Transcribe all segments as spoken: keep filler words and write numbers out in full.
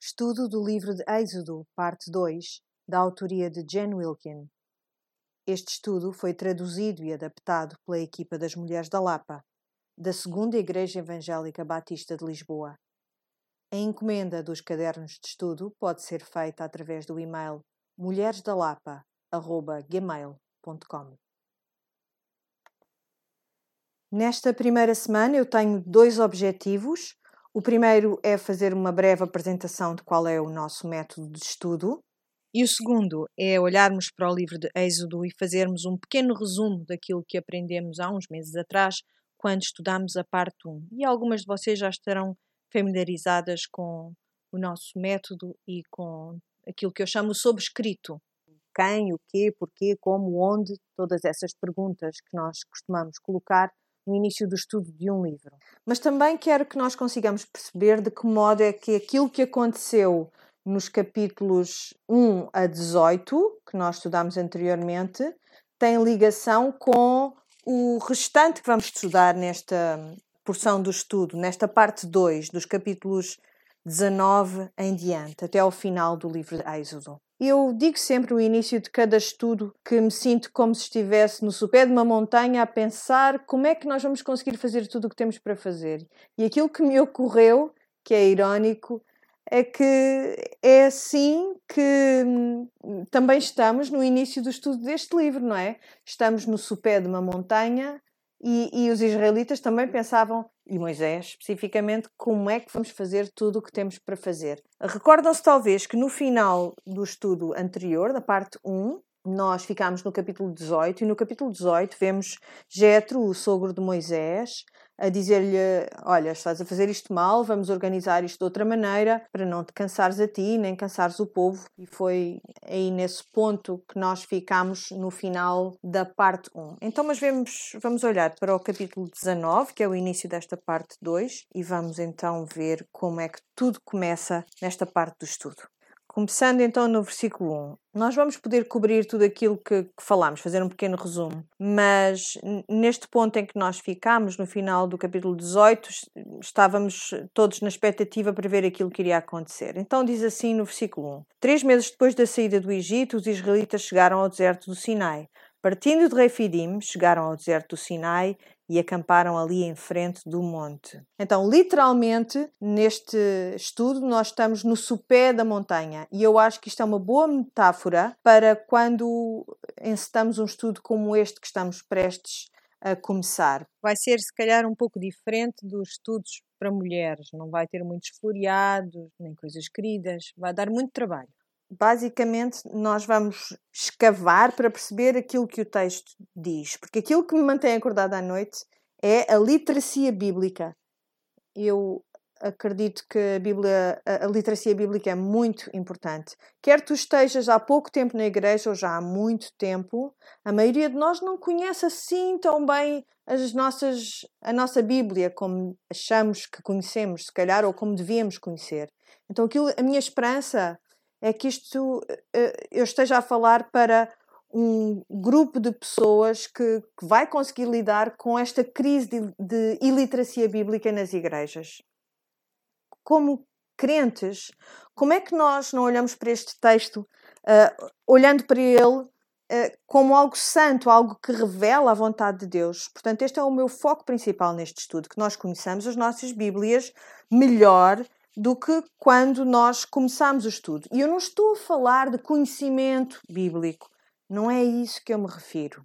Estudo do livro de Êxodo, parte dois, da autoria de Jen Wilkin. Este estudo foi traduzido e adaptado pela equipa das Mulheres da Lapa, da Segunda Igreja Evangélica Batista de Lisboa. A encomenda dos cadernos de estudo pode ser feita através do e-mail mulheresdalapa arroba gmail ponto com. Nesta primeira semana eu tenho dois objetivos. O primeiro é fazer uma breve apresentação de qual é o nosso método de estudo. E o segundo é olharmos para o livro de Êxodo e fazermos um pequeno resumo daquilo que aprendemos há uns meses atrás, quando estudámos a parte um. E algumas de vocês já estarão familiarizadas com o nosso método e com aquilo que eu chamo o sobrescrito. Quem, o quê, porquê, como, onde, todas essas perguntas que nós costumamos colocar no início do estudo de um livro. Mas também quero que nós consigamos perceber de que modo é que aquilo que aconteceu nos capítulos um a dezoito, que nós estudámos anteriormente, tem ligação com o restante que vamos estudar nesta porção do estudo, nesta parte dois, dos capítulos dezanove em diante, até ao final do livro de Êxodo. Eu digo sempre no início de cada estudo que me sinto como se estivesse no sopé de uma montanha a pensar como é que nós vamos conseguir fazer tudo o que temos para fazer. E aquilo que me ocorreu, que é irónico, é que é assim que hum, também estamos no início do estudo deste livro, não é? Estamos no sopé de uma montanha e, e os israelitas também pensavam, e Moisés especificamente, como é que vamos fazer tudo o que temos para fazer. Recordam-se talvez que no final do estudo anterior, da parte um, nós ficámos no capítulo dezoito, e no capítulo dezoito vemos Jetro, o sogro de Moisés, a dizer-lhe, olha, estás a fazer isto mal, vamos organizar isto de outra maneira para não te cansares a ti, nem cansares o povo. E foi aí nesse ponto que nós ficámos no final da parte um. Então, mas vamos, vamos olhar para o capítulo dezanove, que é o início desta parte dois, e vamos então ver como é que tudo começa nesta parte do estudo. Começando então no versículo um. Nós vamos poder cobrir tudo aquilo que, que falámos, fazer um pequeno resumo, mas neste ponto em que nós ficámos, no final do capítulo dezoito, estávamos todos na expectativa para ver aquilo que iria acontecer. Então diz assim no versículo um. Três meses depois da saída do Egito, os israelitas chegaram ao deserto do Sinai. Partindo de Refidim, chegaram ao deserto do Sinai e acamparam ali em frente do monte. Então, literalmente, neste estudo, nós estamos no sopé da montanha. E eu acho que isto é uma boa metáfora para quando encetamos um estudo como este que estamos prestes a começar. Vai ser, se calhar, um pouco diferente dos estudos para mulheres. Não vai ter muitos floreados, nem coisas queridas. Vai dar muito trabalho. Basicamente, nós vamos escavar para perceber aquilo que o texto diz. Porque aquilo que me mantém acordada à noite é a literacia bíblica. Eu acredito que a, Bíblia, a literacia bíblica é muito importante. Quer tu estejas há pouco tempo na igreja ou já há muito tempo, a maioria de nós não conhece assim tão bem as nossas, a nossa Bíblia como achamos que conhecemos, se calhar, ou como devíamos conhecer. Então, aquilo, a minha esperança é que isto eu esteja a falar para um grupo de pessoas que, que vai conseguir lidar com esta crise de, de iliteracia bíblica nas igrejas. Como crentes, como é que nós não olhamos para este texto, uh, olhando para ele uh, como algo santo, algo que revela a vontade de Deus? Portanto, este é o meu foco principal neste estudo, que nós conheçamos as nossas Bíblias melhor do que quando nós começamos o estudo. E eu não estou a falar de conhecimento bíblico. Não é isso que eu me refiro.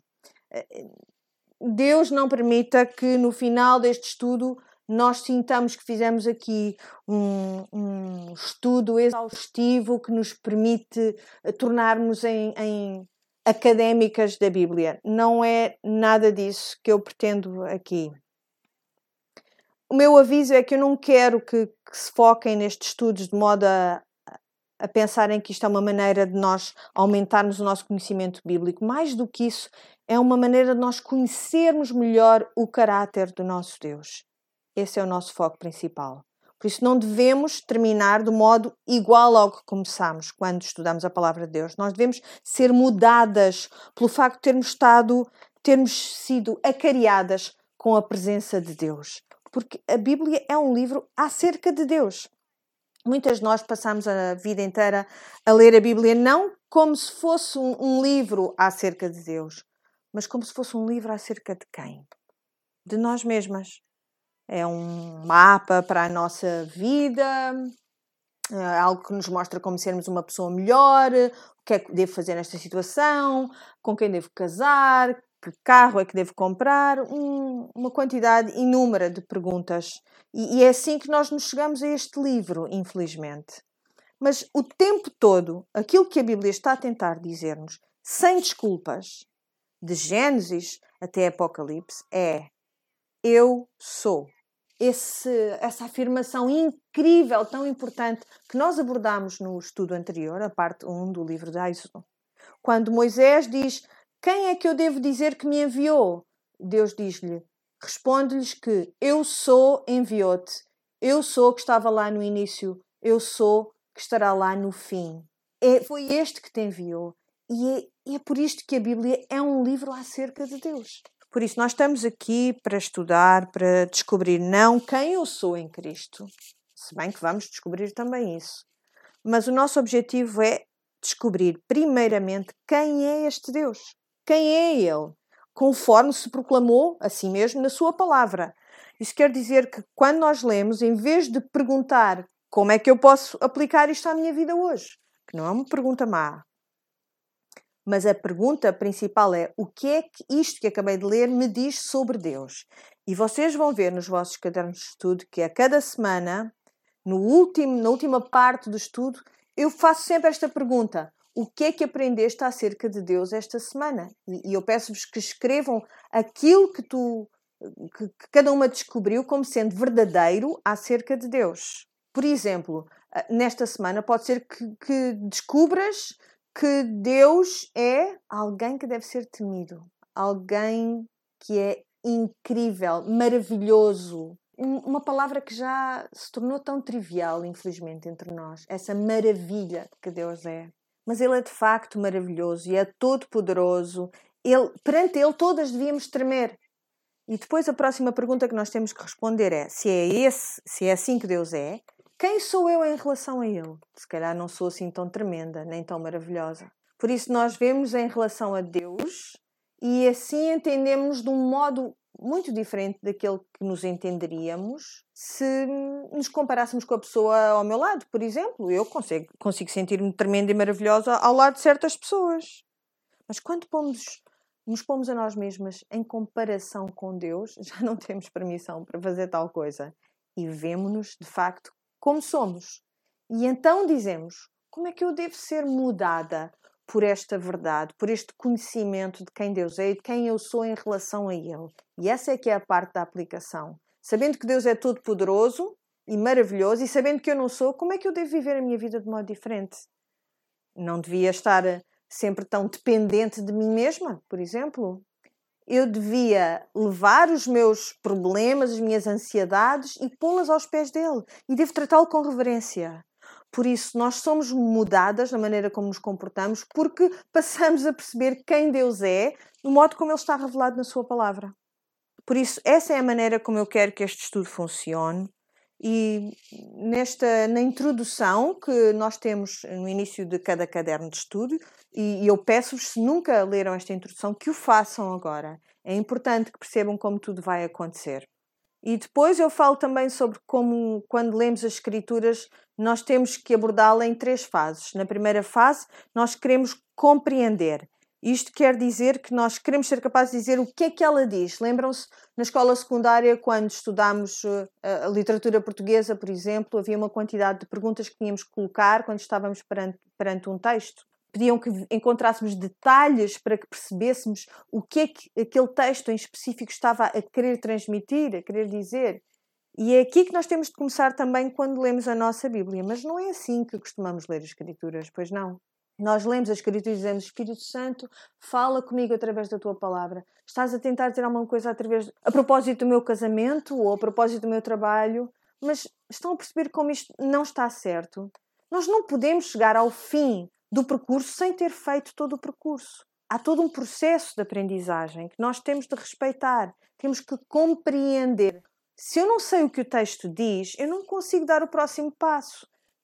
Deus não permita que no final deste estudo nós sintamos que fizemos aqui um, um estudo exaustivo que nos permite tornarmos em, em académicas da Bíblia. Não é nada disso que eu pretendo aqui. O meu aviso é que eu não quero que, que se foquem nestes estudos de modo a, a pensarem que isto é uma maneira de nós aumentarmos o nosso conhecimento bíblico. Mais do que isso, é uma maneira de nós conhecermos melhor o caráter do nosso Deus. Esse é o nosso foco principal. Por isso não devemos terminar do modo igual ao que começámos quando estudamos a palavra de Deus. Nós devemos ser mudadas pelo facto de termos estado, termos sido acariadas com a presença de Deus. Porque a Bíblia é um livro acerca de Deus. Muitas de nós passamos a vida inteira a ler a Bíblia não como se fosse um, um livro acerca de Deus, mas como se fosse um livro acerca de quem? De nós mesmas. É um mapa para a nossa vida, é algo que nos mostra como sermos uma pessoa melhor, o que é que devo fazer nesta situação, com quem devo casar, que carro é que devo comprar, um, uma quantidade inúmera de perguntas. E, e é assim que nós nos chegamos a este livro, infelizmente. Mas o tempo todo, aquilo que a Bíblia está a tentar dizer-nos, sem desculpas, de Gênesis até Apocalipse, é: eu sou. Esse, essa afirmação incrível, tão importante, que nós abordámos no estudo anterior, a parte um do livro de Êxodo. Quando Moisés diz: quem é que eu devo dizer que me enviou? Deus diz-lhe, responde-lhes que eu sou enviou-te, eu sou que estava lá no início, eu sou que estará lá no fim. É, foi este que te enviou. E é, e é por isto que a Bíblia é um livro acerca de Deus. Por isso, nós estamos aqui para estudar, para descobrir não quem eu sou em Cristo, se bem que vamos descobrir também isso. Mas o nosso objetivo é descobrir, primeiramente, quem é este Deus. Quem é Ele? Conforme se proclamou a si mesmo na sua palavra. Isso quer dizer que quando nós lemos, em vez de perguntar como é que eu posso aplicar isto à minha vida hoje, que não é uma pergunta má, mas a pergunta principal é: o que é que isto que acabei de ler me diz sobre Deus? E vocês vão ver nos vossos cadernos de estudo que a cada semana, no último, na última parte do estudo, eu faço sempre esta pergunta: o que é que aprendeste acerca de Deus esta semana? E, e eu peço-vos que escrevam aquilo que, tu, que, que cada uma descobriu como sendo verdadeiro acerca de Deus. Por exemplo, nesta semana pode ser que, que descubras que Deus é alguém que deve ser temido, alguém que é incrível, maravilhoso. Uma palavra que já se tornou tão trivial, infelizmente, entre nós. Essa maravilha que Deus é. Mas Ele é de facto maravilhoso e é todo-poderoso. Ele, perante Ele todas devíamos tremer. E depois a próxima pergunta que nós temos que responder é: se é, esse, se é assim que Deus é, quem sou eu em relação a Ele? Se calhar não sou assim tão tremenda, nem tão maravilhosa. Por isso nós vemos em relação a Deus e assim entendemos de um modo muito diferente daquele que nos entenderíamos se nos comparássemos com a pessoa ao meu lado. Por exemplo, eu consigo, consigo sentir-me tremenda e maravilhosa ao lado de certas pessoas. Mas quando pomos, nos pomos a nós mesmas em comparação com Deus, já não temos permissão para fazer tal coisa. E vemo-nos, de facto, como somos. E então dizemos: como é que eu devo ser mudada por esta verdade, por este conhecimento de quem Deus é e de quem eu sou em relação a Ele? E essa é que é a parte da aplicação. Sabendo que Deus é todo poderoso e maravilhoso e sabendo que eu não sou, como é que eu devo viver a minha vida de modo diferente? Não devia estar sempre tão dependente de mim mesma, por exemplo. Eu devia levar os meus problemas, as minhas ansiedades e pô-las aos pés dele. E devo tratá-lo com reverência. Por isso, nós somos mudadas na maneira como nos comportamos porque passamos a perceber quem Deus é no modo como Ele está revelado na sua palavra. Por isso, essa é a maneira como eu quero que este estudo funcione. E nesta, na introdução que nós temos no início de cada caderno de estudo, e eu peço-vos, se nunca leram esta introdução, que o façam agora. É importante que percebam como tudo vai acontecer. E depois eu falo também sobre como, quando lemos as Escrituras, nós temos que abordá-la em três fases. Na primeira fase, nós queremos compreender. Isto quer dizer que nós queremos ser capazes de dizer o que é que ela diz. Lembram-se, na escola secundária, quando estudámos a literatura portuguesa, por exemplo, havia uma quantidade de perguntas que tínhamos que colocar quando estávamos perante, perante um texto. Pediam que encontrássemos detalhes para que percebêssemos o que é que aquele texto em específico estava a querer transmitir, a querer dizer. E é aqui que nós temos de começar também quando lemos a nossa Bíblia. Mas não é assim que costumamos ler as Escrituras, pois não. Nós lemos as Escrituras e dizemos: Espírito Santo, fala comigo através da tua palavra. Estás a tentar dizer alguma coisa através, a propósito do meu casamento ou a propósito do meu trabalho, mas estão a perceber como isto não está certo? Nós não podemos chegar ao fim do percurso sem ter feito todo o percurso. Há todo um processo de aprendizagem que nós temos de respeitar, temos que compreender. Se eu não sei o que o texto diz, eu não consigo dar o próximo passo.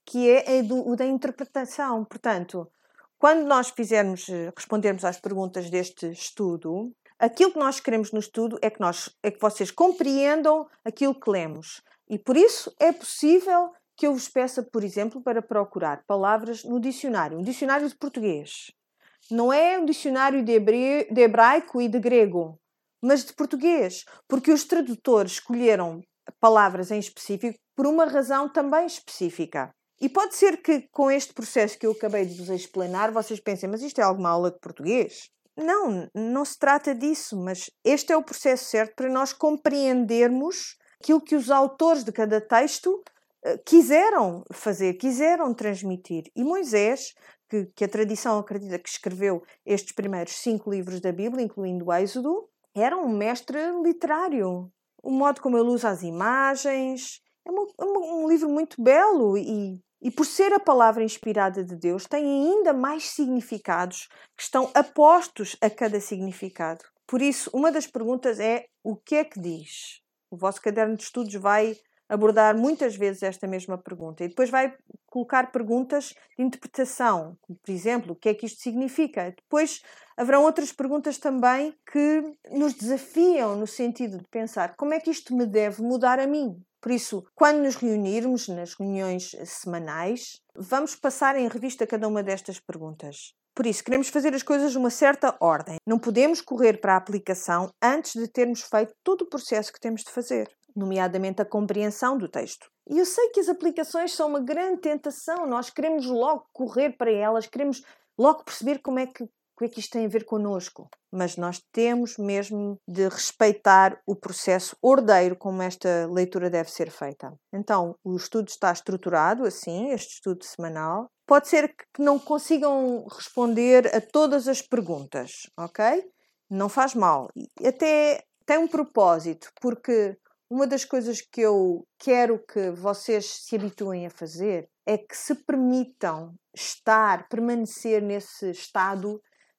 que é a do, o da interpretação. Portanto, quando nós fizermos, respondermos às perguntas deste estudo, aquilo que nós queremos no estudo é que, nós, é que vocês compreendam aquilo que lemos. E por isso é possível que eu vos peça, por exemplo, para procurar palavras no dicionário, um dicionário de português. Não é um dicionário de, hebre... de hebraico e de grego, mas de português, porque os tradutores escolheram palavras em específico por uma razão também específica. E pode ser que com este processo que eu acabei de vos explanar, vocês pensem, mas isto é alguma aula de português? Não, não se trata disso, mas este é o processo certo para nós compreendermos aquilo que os autores de cada texto uh, quiseram fazer, quiseram transmitir. E Moisés, que, que a tradição acredita que escreveu estes primeiros cinco livros da Bíblia, incluindo o Êxodo, era um mestre literário. O modo como ele usa as imagens é um, um, um livro muito belo e E por ser a palavra inspirada de Deus, tem ainda mais significados que estão apostos a cada significado. Por isso, uma das perguntas é: o que é que diz? O vosso caderno de estudos vai abordar muitas vezes esta mesma pergunta e depois vai colocar perguntas de interpretação. Por exemplo, o que é que isto significa? Depois haverão outras perguntas também que nos desafiam no sentido de pensar: como é que isto me deve mudar a mim? Por isso, quando nos reunirmos nas reuniões semanais, vamos passar em revista cada uma destas perguntas. Por isso, queremos fazer as coisas numa certa ordem. Não podemos correr para a aplicação antes de termos feito todo o processo que temos de fazer, nomeadamente a compreensão do texto. E eu sei que as aplicações são uma grande tentação. Nós queremos logo correr para elas, queremos logo perceber como é que O que é que isto tem a ver connosco? Mas nós temos mesmo de respeitar o processo ordeiro como esta leitura deve ser feita. Então, o estudo está estruturado assim, este estudo semanal. Pode ser que não consigam responder a todas as perguntas, ok? Não faz mal. Até tem um propósito, porque uma das coisas que eu quero que vocês se habituem a fazer é que se permitam estar, permanecer nesse estado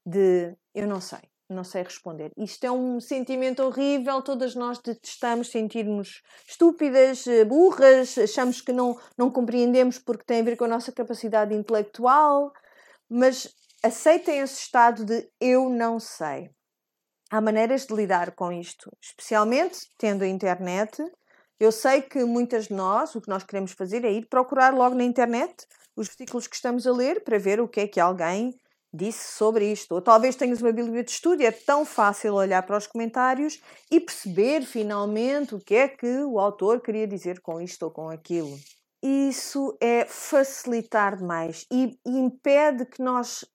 de eu não sei, não sei responder. Isto é um sentimento horrível, todas nós detestamos sentir-nos estúpidas, burras, achamos que não, não compreendemos porque tem a ver com a nossa capacidade intelectual, mas aceitem esse estado de eu não sei. Há maneiras de lidar com isto, especialmente tendo a internet. Eu sei que muitas de nós, o que nós queremos fazer é ir procurar logo na internet os versículos que estamos a ler para ver o que é que alguém disse sobre isto. Ou talvez tenhas uma Bíblia de estudo e é tão fácil olhar para os comentários e perceber finalmente o que é que o autor queria dizer com isto ou com aquilo. Isso é facilitar demais e, e impede que nós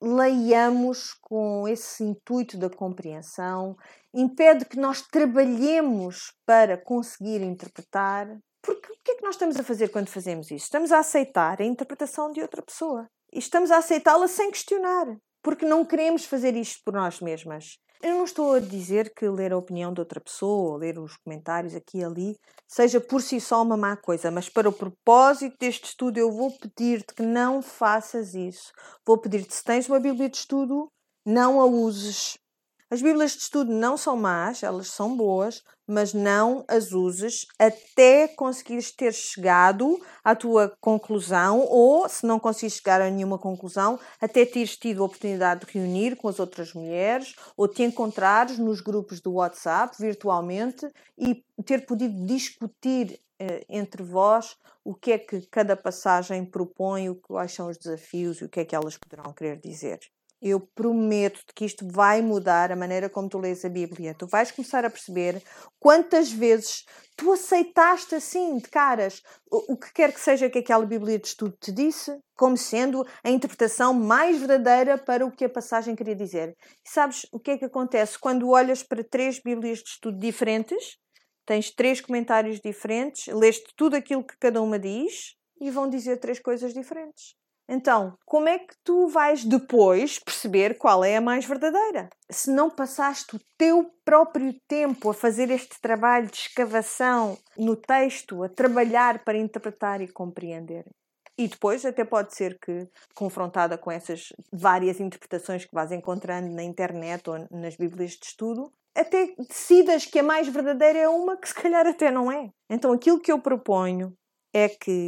leiamos com esse intuito da compreensão, impede que nós trabalhemos para conseguir interpretar. Porque o que é que nós estamos a fazer quando fazemos isso? Estamos a aceitar a interpretação de outra pessoa. E estamos a aceitá-la sem questionar, porque não queremos fazer isto por nós mesmas. Eu não estou a dizer que ler a opinião de outra pessoa, ou ler os comentários aqui e ali, seja por si só uma má coisa, mas para o propósito deste estudo eu vou pedir-te que não faças isso. Vou pedir-te, se tens uma Bíblia de estudo, não a uses. As Bíblias de estudo não são más, elas são boas, mas não as uses até conseguires ter chegado à tua conclusão ou, se não conseguires chegar a nenhuma conclusão, até teres tido a oportunidade de reunir com as outras mulheres ou te encontrares nos grupos do WhatsApp virtualmente e ter podido discutir eh, entre vós o que é que cada passagem propõe, quais são os desafios e o que é que elas poderão querer dizer. Eu prometo-te que isto vai mudar a maneira como tu lês a Bíblia. Tu vais começar a perceber quantas vezes tu aceitaste assim, de caras, o que quer que seja que aquela Bíblia de estudo te disse, como sendo a interpretação mais verdadeira para o que a passagem queria dizer. E sabes o que é que acontece quando olhas para três Bíblias de estudo diferentes, tens três comentários diferentes, leste tudo aquilo que cada uma diz e vão dizer três coisas diferentes. Então, como é que tu vais depois perceber qual é a mais verdadeira? Se não passaste o teu próprio tempo a fazer este trabalho de escavação no texto, a trabalhar para interpretar e compreender. E depois até pode ser que, confrontada com essas várias interpretações que vais encontrando na internet ou nas Bíblias de estudo, até decidas que a mais verdadeira é uma que se calhar até não é. Então, aquilo que eu proponho é que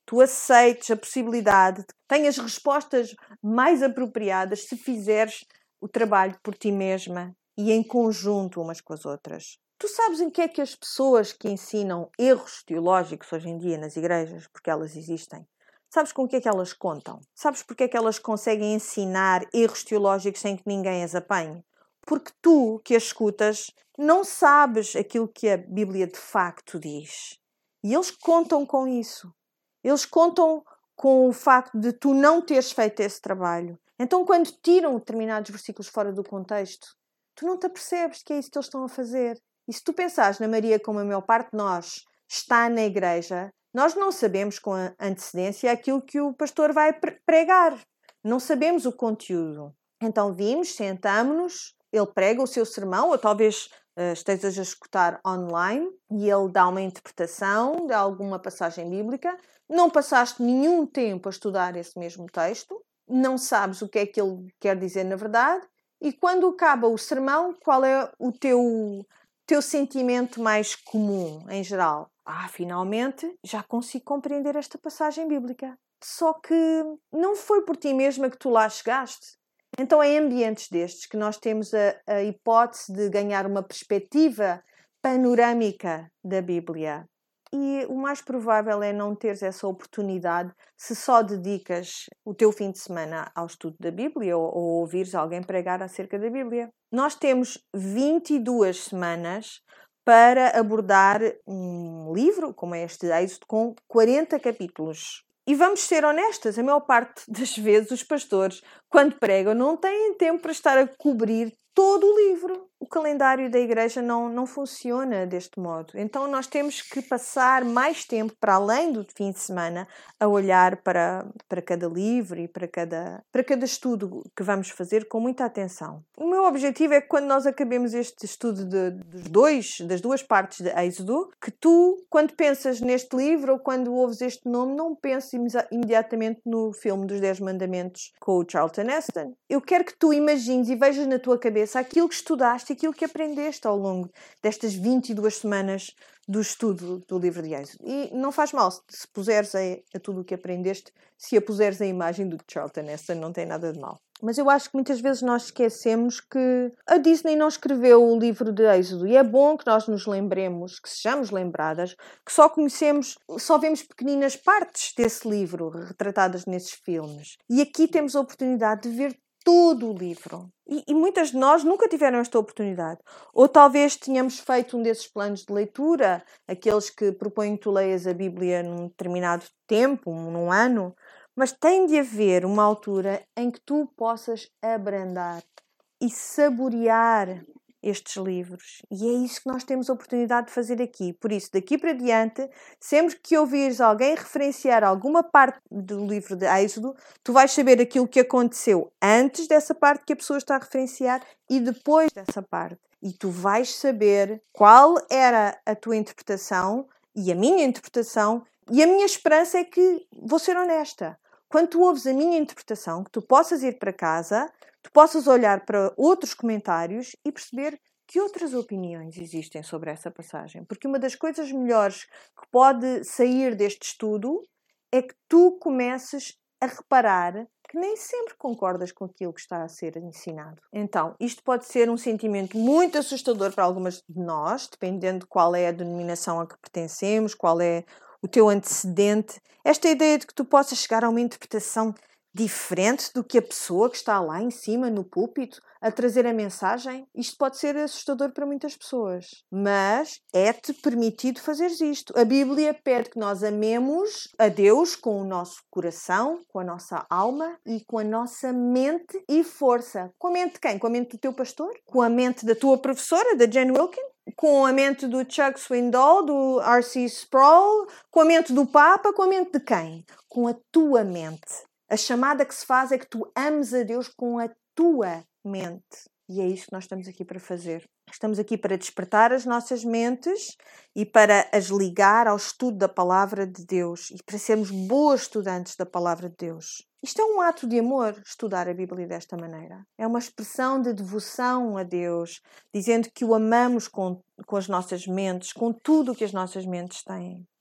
tu aceites a possibilidade, tenhas respostas mais apropriadas se fizeres o trabalho por ti mesma e em conjunto umas com as outras. Tu sabes em que é que as pessoas que ensinam erros teológicos hoje em dia nas igrejas, porque elas existem, sabes com o que é que elas contam? Sabes porque é que elas conseguem ensinar erros teológicos sem que ninguém as apanhe? Porque tu, que as escutas, não sabes aquilo que a Bíblia de facto diz. E eles contam com isso. Eles contam com o facto de tu não teres feito esse trabalho. Então, quando tiram determinados versículos fora do contexto, tu não te apercebes que é isso que eles estão a fazer. E se tu pensares na Maria como a maior parte de nós está na igreja, nós não sabemos com antecedência aquilo que o pastor vai pregar. Não sabemos o conteúdo. Então vimos, sentamos-nos, ele prega o seu sermão, ou talvez uh, estejas a escutar online, e ele dá uma interpretação de alguma passagem bíblica. Não passaste nenhum tempo a estudar esse mesmo texto, não sabes o que é que ele quer dizer na verdade, e quando acaba o sermão, qual é o teu, teu sentimento mais comum, em geral? Ah, finalmente já consigo compreender esta passagem bíblica. Só que não foi por ti mesma que tu lá chegaste. Então é em ambientes destes que nós temos a, a hipótese de ganhar uma perspectiva panorâmica da Bíblia. E o mais provável é não teres essa oportunidade se só dedicas o teu fim de semana ao estudo da Bíblia ou, ou ouvires alguém pregar acerca da Bíblia. Nós temos vinte e duas semanas para abordar um livro como este Êxodo com quarenta capítulos. E vamos ser honestas, a maior parte das vezes os pastores, quando pregam, não têm tempo para estar a cobrir todo o livro. O calendário da igreja não, não funciona deste modo. Então nós temos que passar mais tempo, para além do fim de semana, a olhar para, para cada livro e para cada, para cada estudo que vamos fazer com muita atenção. O meu objetivo é que quando nós acabemos este estudo de, dos dois, das duas partes de Êxodo, que tu, quando pensas neste livro ou quando ouves este nome, não penses imediatamente no filme dos Dez Mandamentos com o Charlton Heston. Eu quero que tu imagines e vejas na tua cabeça aquilo que estudaste e aquilo que aprendeste ao longo destas vinte e duas semanas do estudo do livro de Êxodo. E não faz mal se puseres a, a tudo o que aprendeste, se a puseres a imagem do Charlton Heston, não tem nada de mal. Mas eu acho que muitas vezes nós esquecemos que a Disney não escreveu o livro de Êxodo. E é bom que nós nos lembremos, que sejamos lembradas, que só conhecemos, só vemos pequeninas partes desse livro retratadas nesses filmes. E aqui temos a oportunidade de ver todo o livro. E, e muitas de nós nunca tiveram esta oportunidade. Ou talvez tenhamos feito um desses planos de leitura, aqueles que propõem que tu leias a Bíblia num determinado tempo, num ano, mas tem de haver uma altura em que tu possas abrandar e saborear estes livros. E é isso que nós temos a oportunidade de fazer aqui. Por isso, daqui para diante, sempre que ouvires alguém referenciar alguma parte do livro de Êxodo, tu vais saber aquilo que aconteceu antes dessa parte que a pessoa está a referenciar e depois dessa parte. E tu vais saber qual era a tua interpretação e a minha interpretação. E a minha esperança é que, vou ser honesta, quando tu ouves a minha interpretação, que tu possas ir para casa, tu possas olhar para outros comentários e perceber que outras opiniões existem sobre essa passagem. Porque uma das coisas melhores que pode sair deste estudo é que tu comeces a reparar que nem sempre concordas com aquilo que está a ser ensinado. Então, isto pode ser um sentimento muito assustador para algumas de nós, dependendo de qual é a denominação a que pertencemos, qual é o teu antecedente. Esta ideia de que tu possas chegar a uma interpretação diferente do que a pessoa que está lá em cima, no púlpito, a trazer a mensagem, isto pode ser assustador para muitas pessoas. Mas é-te permitido fazeres isto. A Bíblia pede que nós amemos a Deus com o nosso coração, com a nossa alma e com a nossa mente e força. Com a mente de quem? Com a mente do teu pastor? Com a mente da tua professora, da Jen Wilkin? Com a mente do Chuck Swindoll, do R C Sproul? Com a mente do Papa? Com a mente de quem? Com a tua mente. A chamada que se faz é que tu ames a Deus com a tua mente. E é isso que nós estamos aqui para fazer. Estamos aqui para despertar as nossas mentes e para as ligar ao estudo da Palavra de Deus e para sermos boas estudantes da Palavra de Deus. Isto é um ato de amor, estudar a Bíblia desta maneira. É uma expressão de devoção a Deus, dizendo que o amamos com, com as nossas mentes, com tudo o que as nossas mentes têm.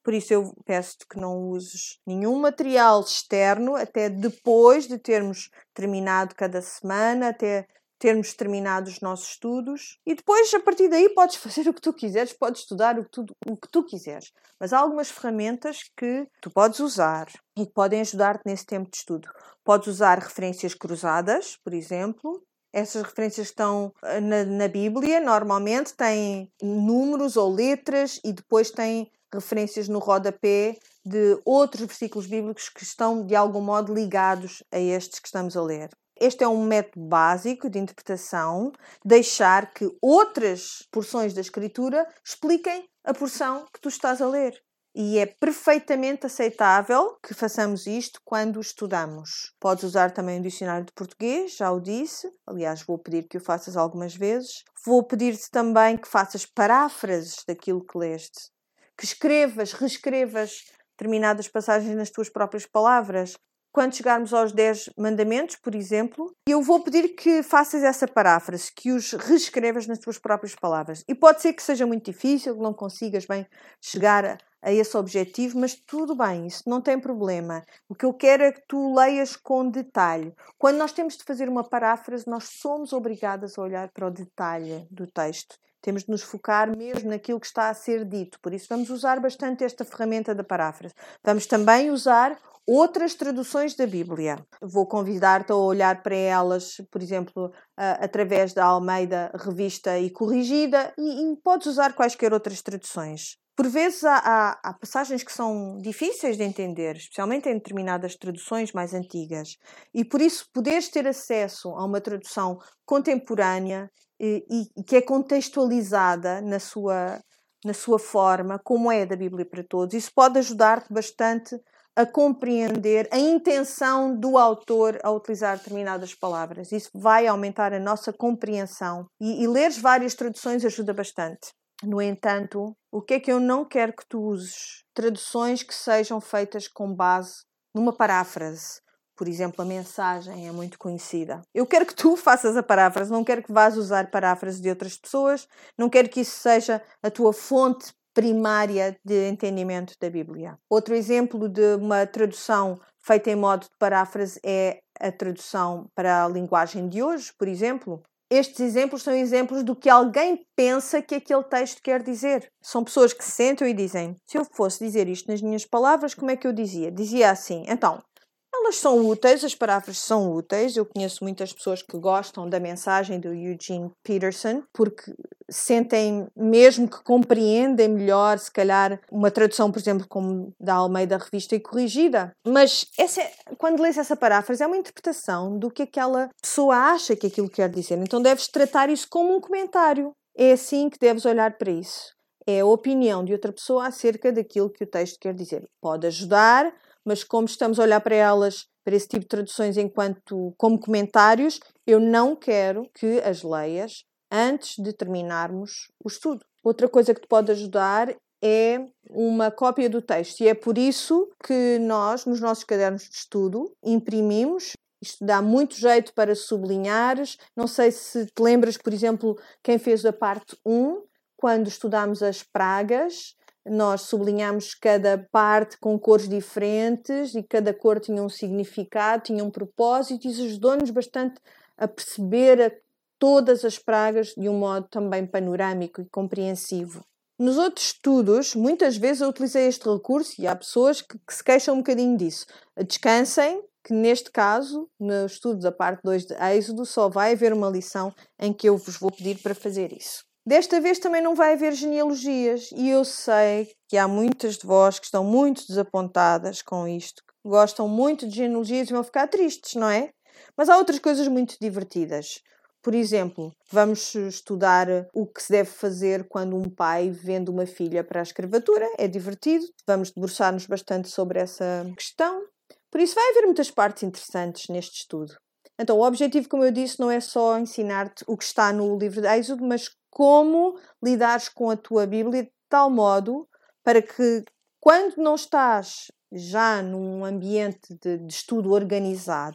Por isso eu peço-te que não uses nenhum material externo até depois de termos terminado cada semana, até termos terminado os nossos estudos. E depois, a partir daí, podes fazer o que tu quiseres, podes estudar o que tu, o que tu quiseres. Mas há algumas ferramentas que tu podes usar e que podem ajudar-te nesse tempo de estudo. Podes usar referências cruzadas, por exemplo. Essas referências estão na, na Bíblia, normalmente têm números ou letras e depois têm referências no rodapé de outros versículos bíblicos que estão de algum modo ligados a estes que estamos a ler. Este é um método básico de interpretação, deixar que outras porções da Escritura expliquem a porção que tu estás a ler. E é perfeitamente aceitável que façamos isto quando estudamos. Podes usar também o dicionário de português, já o disse. Aliás, vou pedir que o faças algumas vezes. Vou pedir-te também que faças paráfrases daquilo que leste. Que escrevas, reescrevas determinadas passagens nas tuas próprias palavras. Quando chegarmos aos dez mandamentos, por exemplo, eu vou pedir que faças essa paráfrase, que os reescrevas nas tuas próprias palavras. E pode ser que seja muito difícil, que não consigas bem chegar a, a esse objetivo, mas tudo bem, isso não tem problema. O que eu quero é que tu leias com detalhe. Quando nós temos de fazer uma paráfrase, nós somos obrigadas a olhar para o detalhe do texto. Temos de nos focar mesmo naquilo que está a ser dito. Por isso vamos usar bastante esta ferramenta da paráfrase. Vamos também usar outras traduções da Bíblia. Vou convidar-te a olhar para elas, por exemplo, através da Almeida Revista e Corrigida, e, e podes usar quaisquer outras traduções. Por vezes há, há, há passagens que são difíceis de entender, especialmente em determinadas traduções mais antigas. E por isso poderes ter acesso a uma tradução contemporânea e, e que é contextualizada na sua, na sua forma, como é da Bíblia para Todos, isso pode ajudar-te bastante a compreender a intenção do autor a utilizar determinadas palavras. Isso vai aumentar a nossa compreensão. E, e leres várias traduções ajuda bastante. No entanto, o que é que eu não quero que tu uses? Traduções que sejam feitas com base numa paráfrase. Por exemplo, a mensagem é muito conhecida. Eu quero que tu faças a paráfrase, não quero que vás usar paráfrases de outras pessoas, não quero que isso seja a tua fonte primária de entendimento da Bíblia. Outro exemplo de uma tradução feita em modo de paráfrase é a tradução para a linguagem de hoje, por exemplo. Estes exemplos são exemplos do que alguém pensa que aquele texto quer dizer. São pessoas que se sentam e dizem: se eu fosse dizer isto nas minhas palavras, como é que eu dizia? Dizia assim. Então, elas são úteis, as paráfrases são úteis. Eu conheço muitas pessoas que gostam da mensagem do Eugene Peterson, porque sentem mesmo que compreendem melhor, se calhar, uma tradução, por exemplo, como da Almeida Revista e Corrigida. Mas essa é, quando lês essa paráfrase, é uma interpretação do que aquela pessoa acha que aquilo quer dizer. Então deves tratar isso como um comentário. É assim que deves olhar para isso. É a opinião de outra pessoa acerca daquilo que o texto quer dizer. Pode ajudar, mas como estamos a olhar para elas, para esse tipo de traduções enquanto como comentários, eu não quero que as leias antes de terminarmos o estudo. Outra coisa que te pode ajudar é uma cópia do texto, e é por isso que nós, nos nossos cadernos de estudo, imprimimos. Isto dá muito jeito para sublinhares. Não sei se te lembras, por exemplo, quem fez a parte um, quando estudámos as pragas, nós sublinhámos cada parte com cores diferentes e cada cor tinha um significado, tinha um propósito, e isso ajudou-nos bastante a perceber a todas as pragas de um modo também panorâmico e compreensivo. Nos outros estudos, muitas vezes eu utilizei este recurso e há pessoas que, que se queixam um bocadinho disso. Descansem, que neste caso, no estudo da parte dois de Êxodo, só vai haver uma lição em que eu vos vou pedir para fazer isso. Desta vez também não vai haver genealogias e eu sei que há muitas de vós que estão muito desapontadas com isto, que gostam muito de genealogias e vão ficar tristes, não é? Mas há outras coisas muito divertidas. Por exemplo, vamos estudar o que se deve fazer quando um pai vende uma filha para a escravatura. É divertido, vamos debruçar-nos bastante sobre essa questão. Por isso vai haver muitas partes interessantes neste estudo. Então, o objetivo, como eu disse, não é só ensinar-te o que está no livro de Êxodo, mas como lidares com a tua Bíblia de tal modo para que, quando não estás já num ambiente de, de estudo organizado,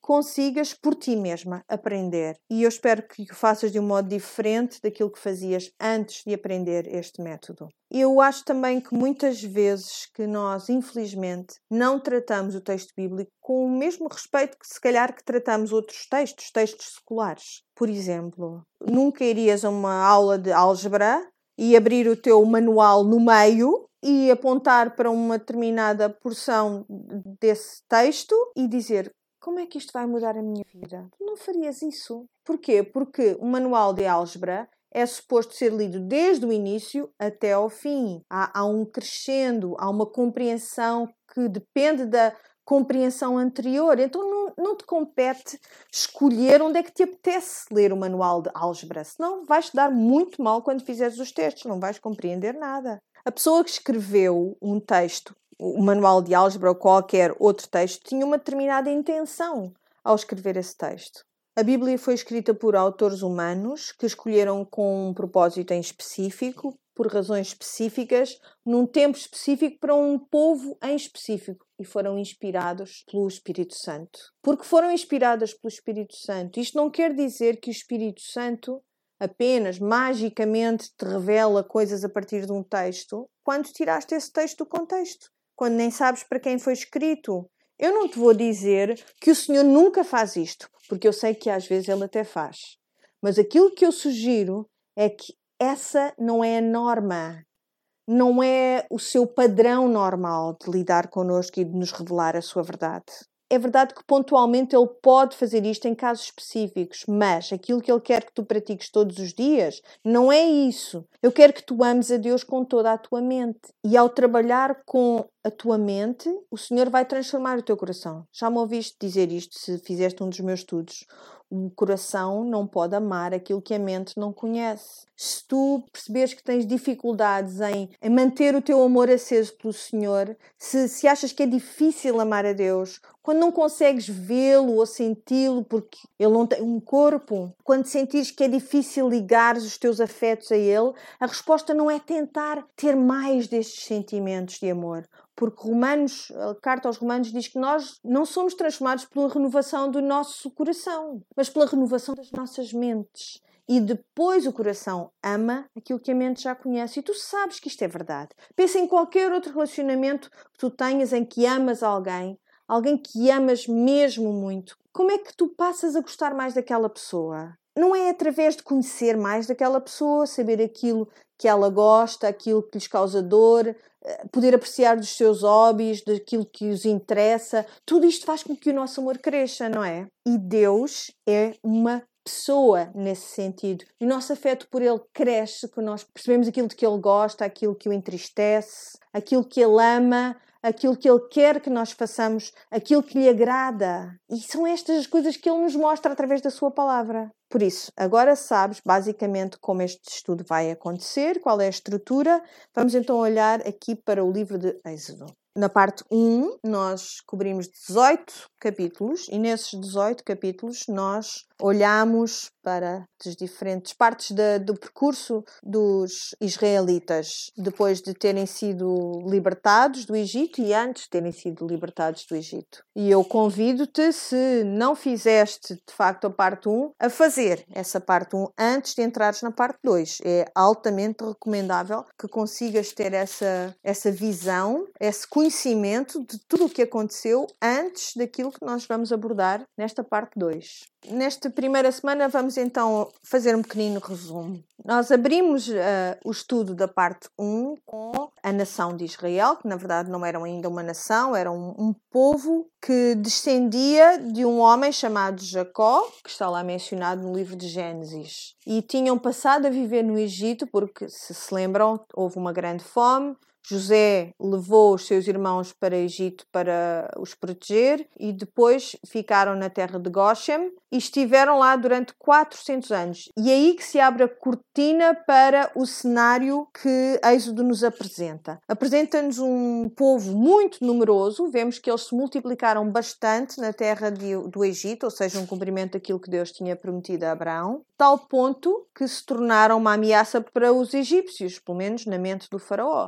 consigas por ti mesma aprender. E eu espero que o faças de um modo diferente daquilo que fazias antes de aprender este método. Eu acho também que muitas vezes que nós, infelizmente, não tratamos o texto bíblico com o mesmo respeito que se calhar que tratamos outros textos, textos seculares. Por exemplo, nunca irias a uma aula de álgebra e abrir o teu manual no meio e apontar para uma determinada porção desse texto e dizer: como é que isto vai mudar a minha vida? Tu não farias isso. Porquê? Porque o manual de álgebra é suposto ser lido desde o início até ao fim. Há, há um crescendo, há uma compreensão que depende da compreensão anterior. Então não, não te compete escolher onde é que te apetece ler o manual de álgebra. Senão vais-te dar muito mal quando fizeres os testes. Não vais compreender nada. A pessoa que escreveu um texto, o manual de álgebra ou qualquer outro texto, tinha uma determinada intenção ao escrever esse texto. A Bíblia foi escrita por autores humanos que escolheram com um propósito em específico, por razões específicas, num tempo específico, para um povo em específico, e foram inspirados pelo Espírito Santo. Porque foram inspiradas pelo Espírito Santo. Isto não quer dizer que o Espírito Santo apenas magicamente te revela coisas a partir de um texto quando tiraste esse texto do contexto, quando nem sabes para quem foi escrito. Eu não te vou dizer que o Senhor nunca faz isto, porque eu sei que às vezes Ele até faz. Mas aquilo que eu sugiro é que essa não é a norma, não é o seu padrão normal de lidar connosco e de nos revelar a sua verdade. É verdade que pontualmente Ele pode fazer isto em casos específicos, mas aquilo que Ele quer que tu pratiques todos os dias não é isso. Eu quero que tu ames a Deus com toda a tua mente. E ao trabalhar com a tua mente, o Senhor vai transformar o teu coração. Já me ouviste dizer isto se fizeste um dos meus estudos. O coração não pode amar aquilo que a mente não conhece. Se tu perceberes que tens dificuldades em, em manter o teu amor aceso pelo Senhor, se, se achas que é difícil amar a Deus, quando não consegues vê-lo ou senti-lo porque Ele não tem um corpo, quando sentires que é difícil ligares os teus afetos a Ele, a resposta não é tentar ter mais destes sentimentos de amor. Porque Romanos, a carta aos Romanos diz que nós não somos transformados pela renovação do nosso coração, mas pela renovação das nossas mentes. E depois o coração ama aquilo que a mente já conhece. E tu sabes que isto é verdade. Pensa em qualquer outro relacionamento que tu tenhas em que amas alguém, alguém que amas mesmo muito. Como é que tu passas a gostar mais daquela pessoa? Não é através de conhecer mais daquela pessoa, saber aquilo que ela gosta, aquilo que lhes causa dor, poder apreciar dos seus hobbies, daquilo que os interessa. Tudo isto faz com que o nosso amor cresça, não é? E Deus é uma pessoa nesse sentido. E o nosso afeto por Ele cresce quando nós percebemos aquilo de que Ele gosta, aquilo que o entristece, aquilo que Ele ama, aquilo que Ele quer que nós façamos, aquilo que lhe agrada. E são estas as coisas que Ele nos mostra através da sua palavra. Por isso, agora sabes basicamente como este estudo vai acontecer, qual é a estrutura. Vamos então olhar aqui para o livro de Êxodo. Na parte um, nós cobrimos dezoito capítulos e nesses dezoito capítulos nós olhamos para as diferentes partes de, do percurso dos israelitas depois de terem sido libertados do Egito e antes de terem sido libertados do Egito. E eu convido-te, se não fizeste de facto a parte um, a fazer essa parte um antes de entrares na parte dois. É altamente recomendável que consigas ter essa, essa visão, esse conhecimento de tudo o que aconteceu antes daquilo que nós vamos abordar nesta parte dois. Nesta primeira semana vamos então fazer um pequenino resumo. Nós abrimos uh, o estudo da parte um com a nação de Israel, que na verdade não eram ainda uma nação, era um, um povo que descendia de um homem chamado Jacó, que está lá mencionado no livro de Gênesis. E tinham passado a viver no Egito porque, se se lembram, houve uma grande fome. José levou os seus irmãos para o Egito para os proteger e depois ficaram na terra de Goshen e estiveram lá durante quatrocentos anos. E é aí que se abre a cortina para o cenário que Êxodo nos apresenta. Apresenta-nos um povo muito numeroso, vemos que eles se multiplicaram bastante na terra de, do Egito, ou seja, um cumprimento daquilo que Deus tinha prometido a Abraão, tal ponto que se tornaram uma ameaça para os egípcios, pelo menos na mente do faraó. Por isso o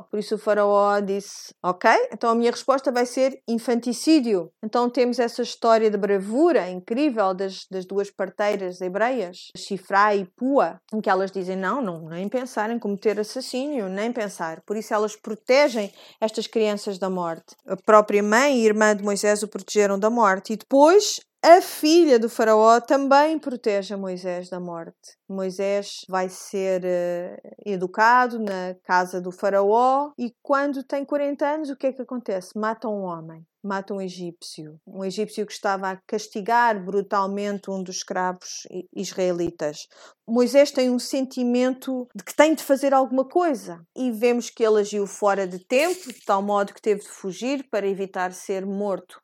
faraó disse, ok, então a minha resposta vai ser infanticídio. Então temos essa história de bravura incrível das, das duas parteiras hebreias, Shifra e Pua, em que elas dizem, não, não, nem pensar em cometer assassínio, nem pensar. Por isso elas protegem estas crianças da morte. A própria mãe e irmã de Moisés o protegeram da morte. E depois a filha do faraó também protege a Moisés da morte. Moisés vai ser uh, educado na casa do faraó e quando tem quarenta anos, o que é que acontece? Mata um homem, mata um egípcio. Um egípcio que estava a castigar brutalmente um dos escravos israelitas. Moisés tem um sentimento de que tem de fazer alguma coisa e vemos que ele agiu fora de tempo, de tal modo que teve de fugir para evitar ser morto.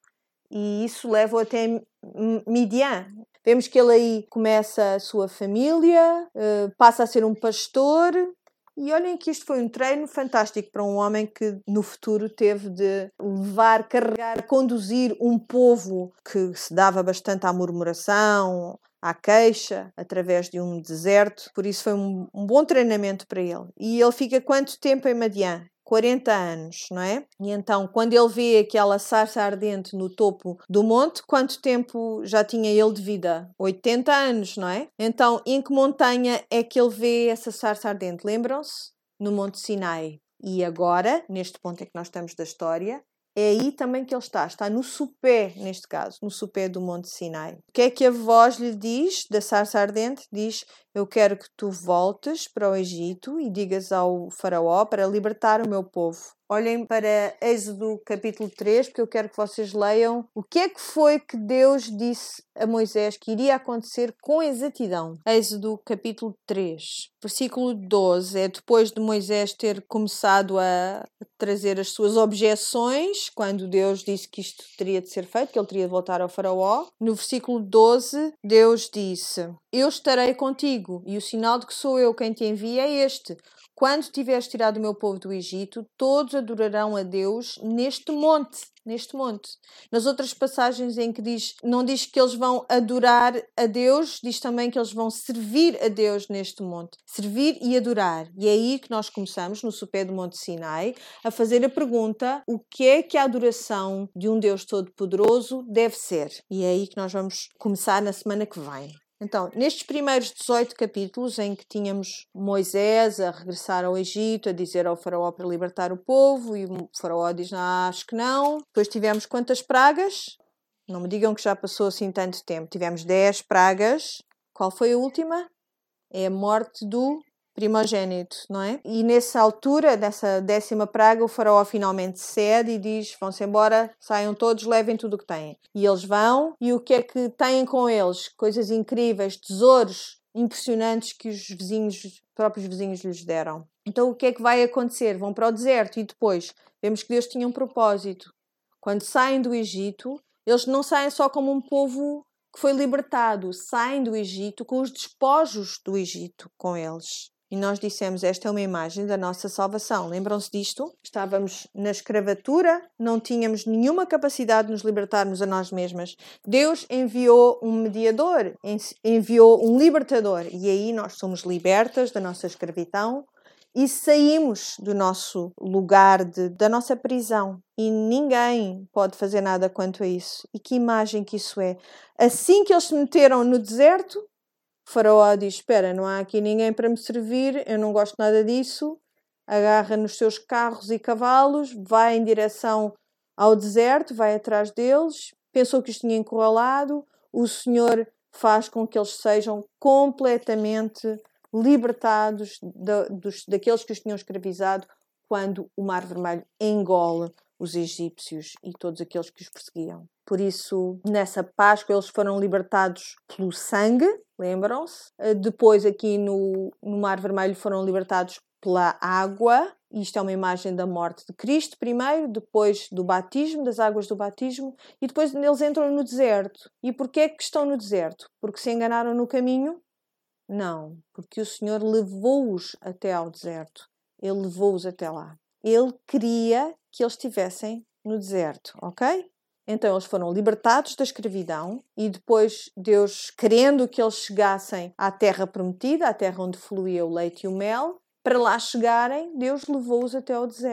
E isso leva até Midian. Vemos que ele aí começa a sua família, passa a ser um pastor. E olhem que isto foi um treino fantástico para um homem que no futuro teve de levar, carregar, conduzir um povo que se dava bastante à murmuração, à queixa, através de um deserto. Por isso foi um, um bom treinamento para ele. E ele fica quanto tempo em Madian? quarenta anos, não é? E então, quando ele vê aquela sarça ardente no topo do monte, quanto tempo já tinha ele de vida? oitenta anos, não é? Então, em que montanha é que ele vê essa sarça ardente? Lembram-se? No Monte Sinai. E agora, neste ponto em que nós estamos da história, é aí também que ele está. Está no sopé, neste caso, no sopé do Monte Sinai. O que é que a voz lhe diz, da sarça ardente? Diz, eu quero que tu voltes para o Egito e digas ao faraó para libertar o meu povo. Olhem para Êxodo capítulo três, porque eu quero que vocês leiam o que é que foi que Deus disse a Moisés que iria acontecer com exatidão. Êxodo capítulo três, versículo doze, é depois de Moisés ter começado a trazer as suas objeções, quando Deus disse que isto teria de ser feito, que ele teria de voltar ao faraó. No versículo doze, Deus disse, eu estarei contigo, e o sinal de que sou eu quem te envia é este. Quando tiveres tirado o meu povo do Egito, todos adorarão a Deus neste monte. Neste monte. Nas outras passagens em que diz, não diz que eles vão adorar a Deus, diz também que eles vão servir a Deus neste monte. Servir e adorar. E é aí que nós começamos, no sopé do Monte Sinai, a fazer a pergunta, o que é que a adoração de um Deus Todo-Poderoso deve ser? E é aí que nós vamos começar na semana que vem. Então, nestes primeiros dezoito capítulos em que tínhamos Moisés a regressar ao Egito, a dizer ao faraó para libertar o povo, e o faraó diz, ah, acho que não. Depois tivemos quantas pragas? Não me digam que já passou assim tanto tempo. Tivemos dez pragas. Qual foi a última? É a morte do primogênito, não é? E nessa altura, nessa décima praga, o faraó finalmente cede e diz, vão-se embora, saiam todos, levem tudo o que têm. E eles vão, e o que é que têm com eles? Coisas incríveis, tesouros impressionantes que os vizinhos, os próprios vizinhos lhes deram. Então o que é que vai acontecer? Vão para o deserto e depois vemos que Deus tinha um propósito. Quando saem do Egito, eles não saem só como um povo que foi libertado, saem do Egito com os despojos do Egito com eles. E nós dissemos, esta é uma imagem da nossa salvação. Lembram-se disto? Estávamos na escravatura, não tínhamos nenhuma capacidade de nos libertarmos a nós mesmas. Deus enviou um mediador, enviou um libertador. E aí nós somos libertas da nossa escravidão e saímos do nosso lugar, de, da nossa prisão. E ninguém pode fazer nada quanto a isso. E que imagem que isso é. Assim que eles se meteram no deserto, o faraó diz, espera, não há aqui ninguém para me servir, eu não gosto nada disso. Agarra nos seus carros e cavalos, vai em direção ao deserto, vai atrás deles, pensou que os tinha encurralado. O Senhor faz com que eles sejam completamente libertados da, dos, daqueles que os tinham escravizado quando o Mar Vermelho engole os egípcios e todos aqueles que os perseguiam. Por isso, nessa Páscoa, eles foram libertados pelo sangue, lembram-se? Depois, aqui no, no Mar Vermelho, foram libertados pela água. Isto é uma imagem da morte de Cristo primeiro, depois do batismo, das águas do batismo, e depois eles entram no deserto. E porquê é que estão no deserto? Porque se enganaram no caminho? Não, porque o Senhor levou-os até ao deserto. Ele levou-os até lá. Ele queria que eles estivessem no deserto, ok? Então eles foram libertados da escravidão e depois Deus, querendo que eles chegassem à terra prometida, à terra onde fluía o leite e o mel, para lá chegarem, Deus levou-os até ao deserto.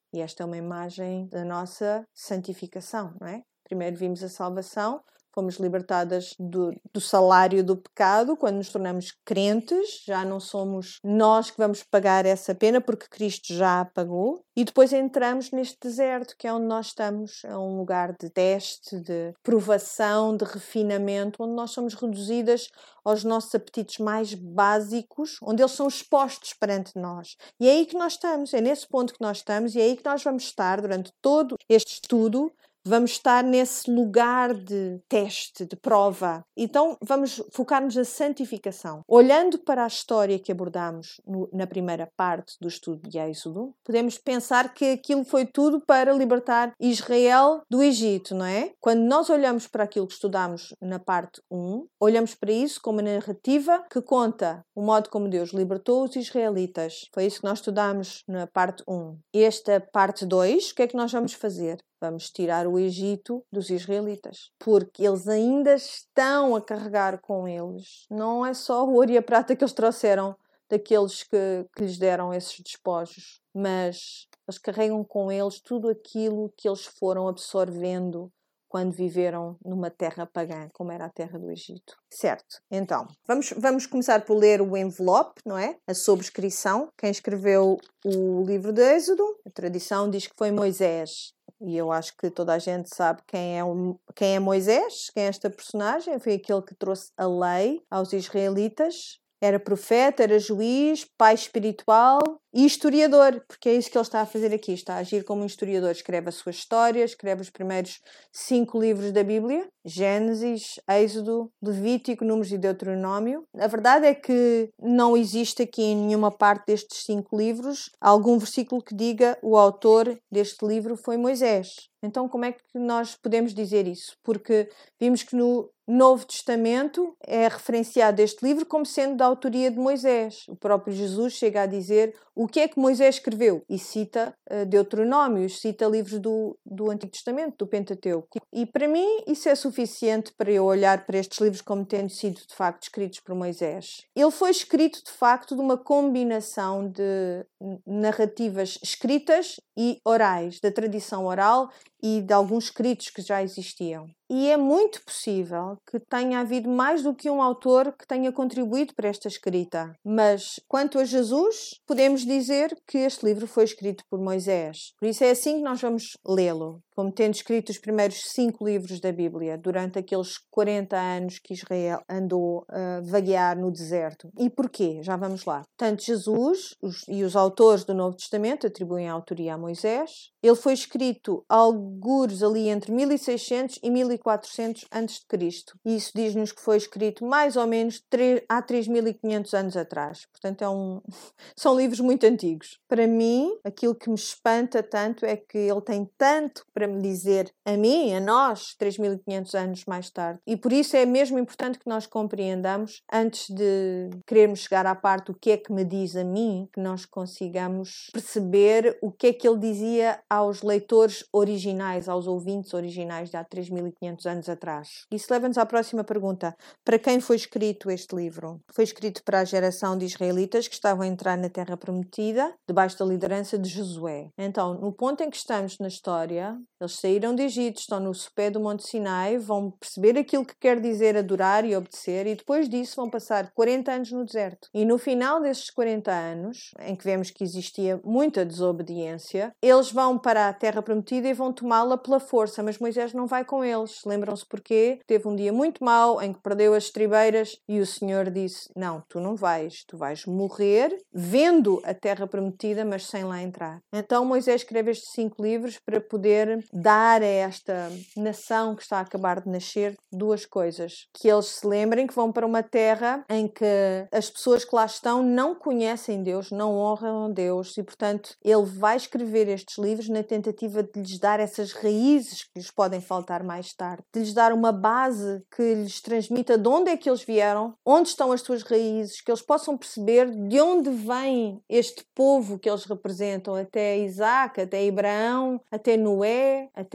E esta é uma imagem da nossa santificação, não é? Primeiro vimos a salvação, fomos libertadas do, do salário do pecado, quando nos tornamos crentes, já não somos nós que vamos pagar essa pena, porque Cristo já a pagou. E depois entramos neste deserto, que é onde nós estamos, é um lugar de teste, de provação, de refinamento, onde nós somos reduzidas aos nossos apetites mais básicos, onde eles são expostos perante nós. E é aí que nós estamos, é nesse ponto que nós estamos, e é aí que nós vamos estar durante todo este estudo. Vamos estar nesse lugar de teste, de prova. Então, vamos focar-nos na santificação. Olhando para a história que abordamos no, na primeira parte do estudo de Êxodo, podemos pensar que aquilo foi tudo para libertar Israel do Egito, não é? Quando nós olhamos para aquilo que estudamos na parte um, olhamos para isso como uma narrativa que conta o modo como Deus libertou os israelitas. Foi isso que nós estudamos na parte um. Esta parte dois, o que é que nós vamos fazer? Vamos tirar o Egito dos israelitas, porque eles ainda estão a carregar com eles. Não é só o ouro e a prata que eles trouxeram daqueles que, que lhes deram esses despojos, mas eles carregam com eles tudo aquilo que eles foram absorvendo quando viveram numa terra pagã, como era a terra do Egito. Certo, então, vamos, vamos começar por ler o envelope, não é? A sobrescrição. Quem escreveu o livro de Êxodo, a tradição diz que foi Moisés. E eu acho que toda a gente sabe quem é, o, quem é Moisés, quem é esta personagem. Foi aquele que trouxe a lei aos israelitas. Era profeta, era juiz, pai espiritual e historiador, porque é isso que ele está a fazer aqui. Está a agir como um historiador. Escreve a sua história, escreve os primeiros cinco livros da Bíblia. Gênesis, Êxodo, Levítico, Números e Deuteronômio. A verdade é que não existe aqui em nenhuma parte destes cinco livros algum versículo que diga o autor deste livro foi Moisés. Então, como é que nós podemos dizer isso? Porque vimos que no Novo Testamento é referenciado este livro como sendo da autoria de Moisés. O próprio Jesus chega a dizer o que é que Moisés escreveu e cita uh, Deuteronômios, cita livros do, do Antigo Testamento, do Pentateuco. E para mim isso é suficiente para eu olhar para estes livros como tendo sido de facto escritos por Moisés. Ele foi escrito de facto de uma combinação de narrativas escritas e orais, da tradição oral e de alguns escritos que já existiam. E é muito possível que tenha havido mais do que um autor que tenha contribuído para esta escrita. Mas, quanto a Jesus, podemos dizer que este livro foi escrito por Moisés. Por isso é assim que nós vamos lê-lo, como tendo escrito os primeiros cinco livros da Bíblia, durante aqueles quarenta anos que Israel andou a vaguear no deserto. E porquê? Já vamos lá. Tanto Jesus os, e os autores do Novo Testamento atribuem a autoria a Moisés. Ele foi escrito algures ali entre mil e seiscentos e mil e quatrocentos antes de Cristo. E isso diz-nos que foi escrito mais ou menos há três mil e quinhentos anos atrás. Portanto, é um... são livros muito antigos. Para mim, aquilo que me espanta tanto é que ele tem tanto para me dizer a mim, a nós, três mil e quinhentos anos mais tarde. E por isso é mesmo importante que nós compreendamos, antes de querermos chegar à parte do que é que me diz a mim, que nós consigamos perceber o que é que ele dizia aos leitores originais, aos ouvintes originais de há três mil e quinhentos anos atrás. Isso leva-nos à próxima pergunta. Para quem foi escrito este livro? Foi escrito para a geração de israelitas que estavam a entrar na Terra Prometida, debaixo da liderança de Josué. Então, no ponto em que estamos na história, eles saíram de Egito, estão no sopé do Monte Sinai, vão perceber aquilo que quer dizer adorar e obedecer, e depois disso vão passar quarenta anos no deserto. E no final desses quarenta anos, em que vemos que existia muita desobediência, eles vão para a Terra Prometida e vão tomá-la pela força, mas Moisés não vai com eles. Lembram-se porquê? Teve um dia muito mau em que perdeu as estribeiras e o Senhor disse, não, tu não vais, tu vais morrer vendo a Terra Prometida, mas sem lá entrar. Então Moisés escreve estes cinco livros para poder dar a esta nação que está a acabar de nascer duas coisas. Que eles se lembrem que vão para uma terra em que as pessoas que lá estão não conhecem Deus, não honram a Deus e, portanto, ele vai escrever estes livros na tentativa de lhes dar essas raízes que lhes podem faltar mais tarde, de lhes dar uma base que lhes transmita de onde é que eles vieram, onde estão as suas raízes, que eles possam perceber de onde vem este povo que eles representam, até Isaac, até Abraão, até Noé, até Adão.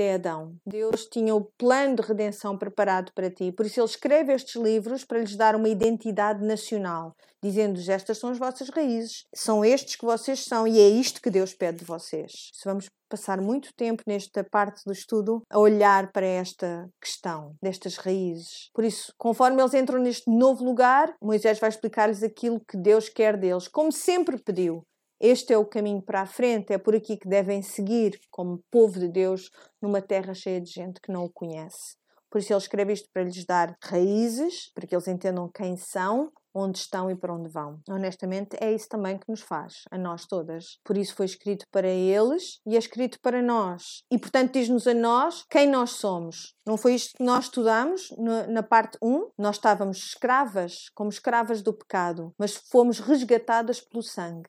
redenção. Deus tinha o plano de redenção preparado para ti. Por isso ele escreve estes livros para lhes dar uma identidade nacional, dizendo-lhes: estas são as vossas raízes, são estes que vocês são e é isto que Deus pede de vocês. Se vamos passar muito tempo nesta parte do estudo a olhar para esta questão destas raízes. Por isso, conforme eles entram neste novo lugar, Moisés vai explicar-lhes aquilo que Deus quer deles, como sempre pediu. Este é o caminho para a frente, é por aqui que devem seguir como povo de Deus numa terra cheia de gente que não o conhece. Por isso ele escreve isto para lhes dar raízes, para que eles entendam quem são, onde estão e para onde vão. Honestamente, é isso também que nos faz, a nós todas. Por isso foi escrito para eles e é escrito para nós. E, portanto, diz-nos a nós quem nós somos. Não foi isto que nós estudamos na parte um? Nós estávamos escravas, como escravas do pecado, mas fomos resgatadas pelo sangue.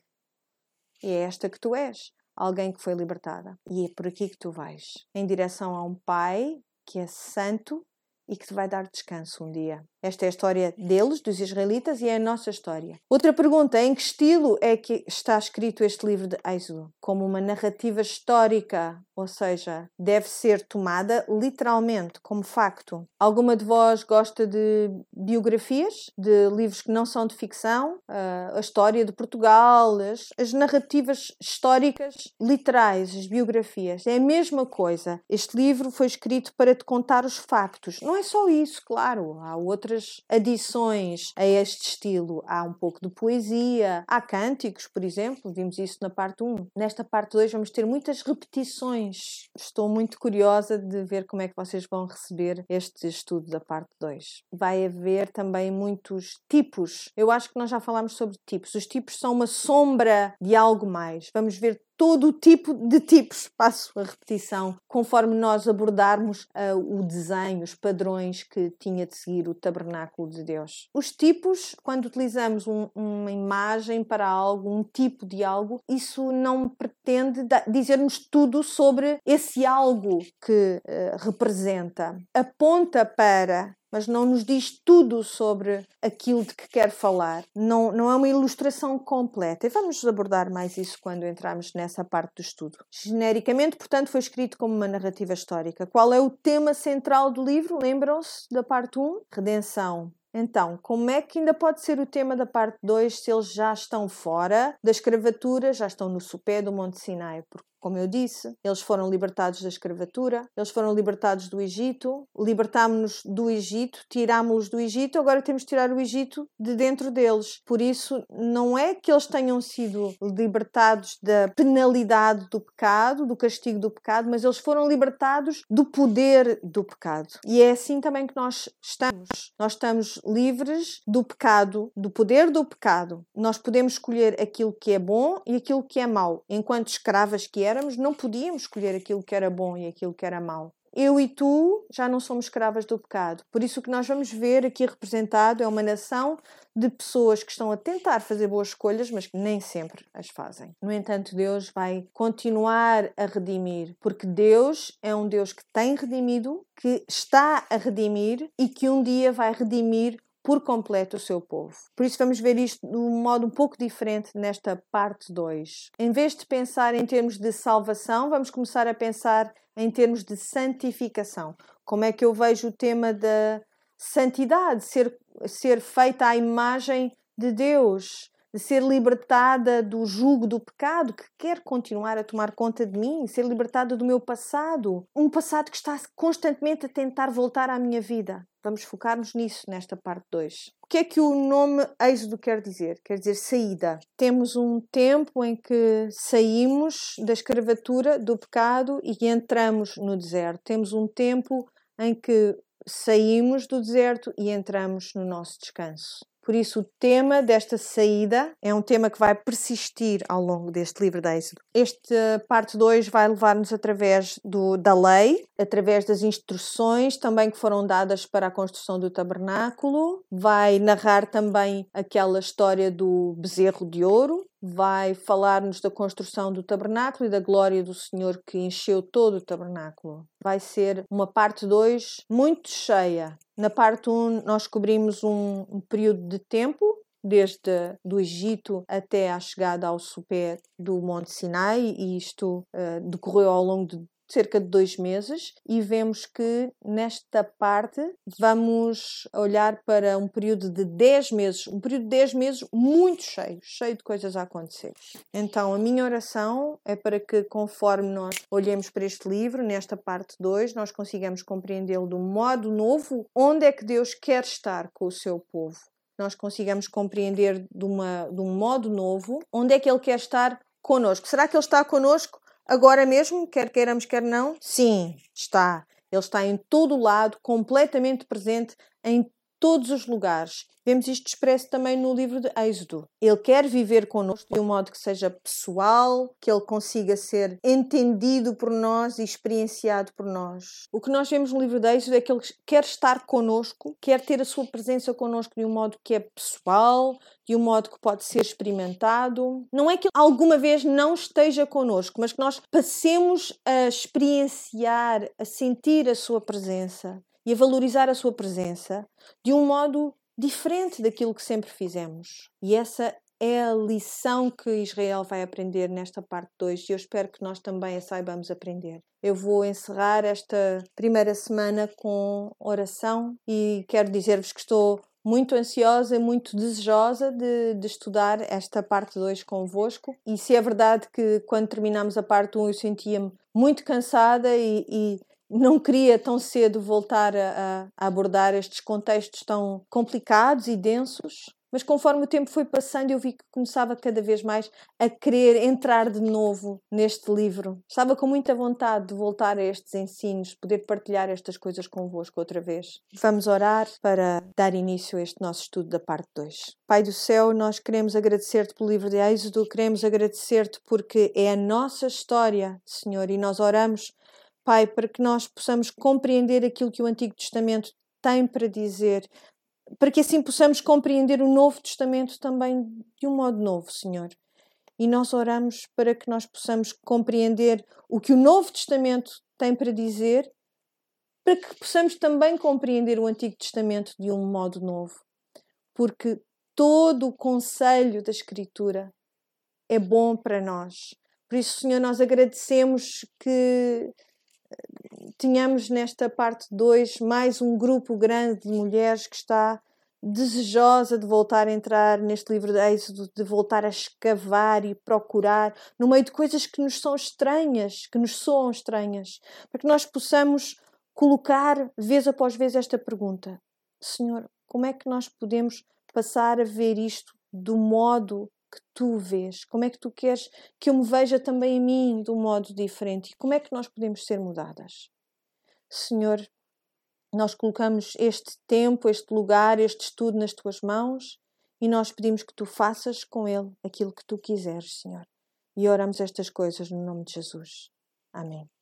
E é esta que tu és, alguém que foi libertada. E é por aqui que tu vais, em direção a um Pai que é santo e que te vai dar descanso um dia. Esta é a história deles, dos israelitas, e é a nossa história. Outra pergunta: em que estilo é que está escrito este livro de Êxodo? Como uma narrativa histórica, ou seja, deve ser tomada literalmente, como facto. Alguma de vós gosta de biografias, de livros que não são de ficção? Uh, a história de Portugal, as, as narrativas históricas literais, as biografias. É a mesma coisa. Este livro foi escrito para te contar os factos. Não é só isso, claro. Há outras adições a este estilo. Há um pouco de poesia, há cânticos, por exemplo, vimos isso na parte um. Nesta parte dois vamos ter muitas repetições. Estou muito curiosa de ver como é que vocês vão receber este estudo da parte dois. Vai haver também muitos tipos. Eu acho que nós já falámos sobre tipos. Os tipos são uma sombra de algo mais. Vamos ver todo o tipo de tipos, passo a repetição, conforme nós abordarmos uh, o desenho, os padrões que tinha de seguir o tabernáculo de Deus. Os tipos, quando utilizamos um, uma imagem para algo, um tipo de algo, isso não pretende dizer-nos tudo sobre esse algo que uh, representa. Aponta para... mas não nos diz tudo sobre aquilo de que quer falar. Não, não é uma ilustração completa. E vamos abordar mais isso quando entrarmos nessa parte do estudo. Genericamente, portanto, foi escrito como uma narrativa histórica. Qual é o tema central do livro? Lembram-se da parte um? Redenção. Então, como é que ainda pode ser o tema da parte dois se eles já estão fora da escravatura, já estão no sopé do Monte Sinai? Porque, como eu disse, eles foram libertados da escravatura, eles foram libertados do Egito, libertámos-nos do Egito, tirámos-los do Egito, agora temos de tirar o Egito de dentro deles. Por isso, não é que eles tenham sido libertados da penalidade do pecado, do castigo do pecado, mas eles foram libertados do poder do pecado. E é assim também que nós estamos. Nós estamos livres do pecado, do poder do pecado. Nós podemos escolher aquilo que é bom e aquilo que é mau. Enquanto escravas que éramos, não podíamos escolher aquilo que era bom e aquilo que era mau. Eu e tu já não somos escravas do pecado. Por isso o que nós vamos ver aqui representado é uma nação de pessoas que estão a tentar fazer boas escolhas, mas que nem sempre as fazem. No entanto, Deus vai continuar a redimir, porque Deus é um Deus que tem redimido, que está a redimir e que um dia vai redimir por completo o seu povo. Por isso vamos ver isto de um modo um pouco diferente nesta parte dois. Em vez de pensar em termos de salvação, vamos começar a pensar em termos de santificação. Como é que eu vejo o tema da santidade, ser, ser feita à imagem de Deus, de ser libertada do jugo do pecado que quer continuar a tomar conta de mim, ser libertada do meu passado, um passado que está constantemente a tentar voltar à minha vida. Vamos focar-nos nisso nesta parte dois. O que é que o nome Êxodo quer dizer? Quer dizer saída. Temos um tempo em que saímos da escravatura, do pecado e entramos no deserto. Temos um tempo em que saímos do deserto e entramos no nosso descanso. Por isso, o tema desta saída é um tema que vai persistir ao longo deste livro de Êxodo. Esta parte dois vai levar-nos através do, da lei, através das instruções também que foram dadas para a construção do tabernáculo. Vai narrar também aquela história do bezerro de ouro. Vai falar-nos da construção do tabernáculo e da glória do Senhor que encheu todo o tabernáculo. Vai ser uma parte dois muito cheia. Na parte um nós cobrimos um, um período de tempo, desde do Egito até à chegada ao sopé do Monte Sinai, e isto uh, decorreu ao longo de cerca de dois meses, e vemos que nesta parte vamos olhar para um período de dez meses, um período de dez meses muito cheio, cheio de coisas a acontecer. Então a minha oração é para que, conforme nós olhemos para este livro, nesta parte dois, nós consigamos compreendê-lo de um modo novo, onde é que Deus quer estar com o seu povo. Nós consigamos compreender de, uma, de um modo novo, onde é que Ele quer estar connosco. Será que Ele está connosco agora mesmo, quer queiramos, quer não? Sim, está. Ele está em todo o lado, completamente presente em todos os lugares. Vemos isto expresso também no livro de Êxodo. Ele quer viver connosco de um modo que seja pessoal, que ele consiga ser entendido por nós e experienciado por nós. O que nós vemos no livro de Êxodo é que ele quer estar connosco, quer ter a sua presença connosco de um modo que é pessoal, de um modo que pode ser experimentado. Não é que alguma vez não esteja connosco, mas que nós passemos a experienciar, a sentir a sua presença e a valorizar a sua presença de um modo diferente daquilo que sempre fizemos. E essa é a lição que Israel vai aprender nesta parte dois, e eu espero que nós também a saibamos aprender. Eu vou encerrar esta primeira semana com oração e quero dizer-vos que estou muito ansiosa e muito desejosa de, de estudar esta parte dois convosco. E se é verdade que quando terminamos a parte um eu sentia-me muito cansada e, e não queria tão cedo voltar a, a abordar estes contextos tão complicados e densos, mas conforme o tempo foi passando eu vi que começava cada vez mais a querer entrar de novo neste livro. Estava com muita vontade de voltar a estes ensinos, poder partilhar estas coisas convosco outra vez. Vamos orar para dar início a este nosso estudo da parte dois. Pai do céu, nós queremos agradecer-te pelo livro de Êxodo, queremos agradecer-te porque é a nossa história, Senhor, e nós oramos, Pai, para que nós possamos compreender aquilo que o Antigo Testamento tem para dizer, para que assim possamos compreender o Novo Testamento também de um modo novo, Senhor. E nós oramos para que nós possamos compreender o que o Novo Testamento tem para dizer, para que possamos também compreender o Antigo Testamento de um modo novo. Porque todo o conselho da Escritura é bom para nós. Por isso, Senhor, nós agradecemos que tínhamos nesta parte dois mais um grupo grande de mulheres que está desejosa de voltar a entrar neste livro de Êxodo, de voltar a escavar e procurar no meio de coisas que nos são estranhas, que nos soam estranhas, para que nós possamos colocar vez após vez esta pergunta: Senhor, como é que nós podemos passar a ver isto do modo que tu vês? Como é que tu queres que eu me veja também a mim de um modo diferente? E como é que nós podemos ser mudadas? Senhor, nós colocamos este tempo, este lugar, este estudo nas tuas mãos e nós pedimos que tu faças com ele aquilo que tu quiseres, Senhor. E oramos estas coisas no nome de Jesus. Amém.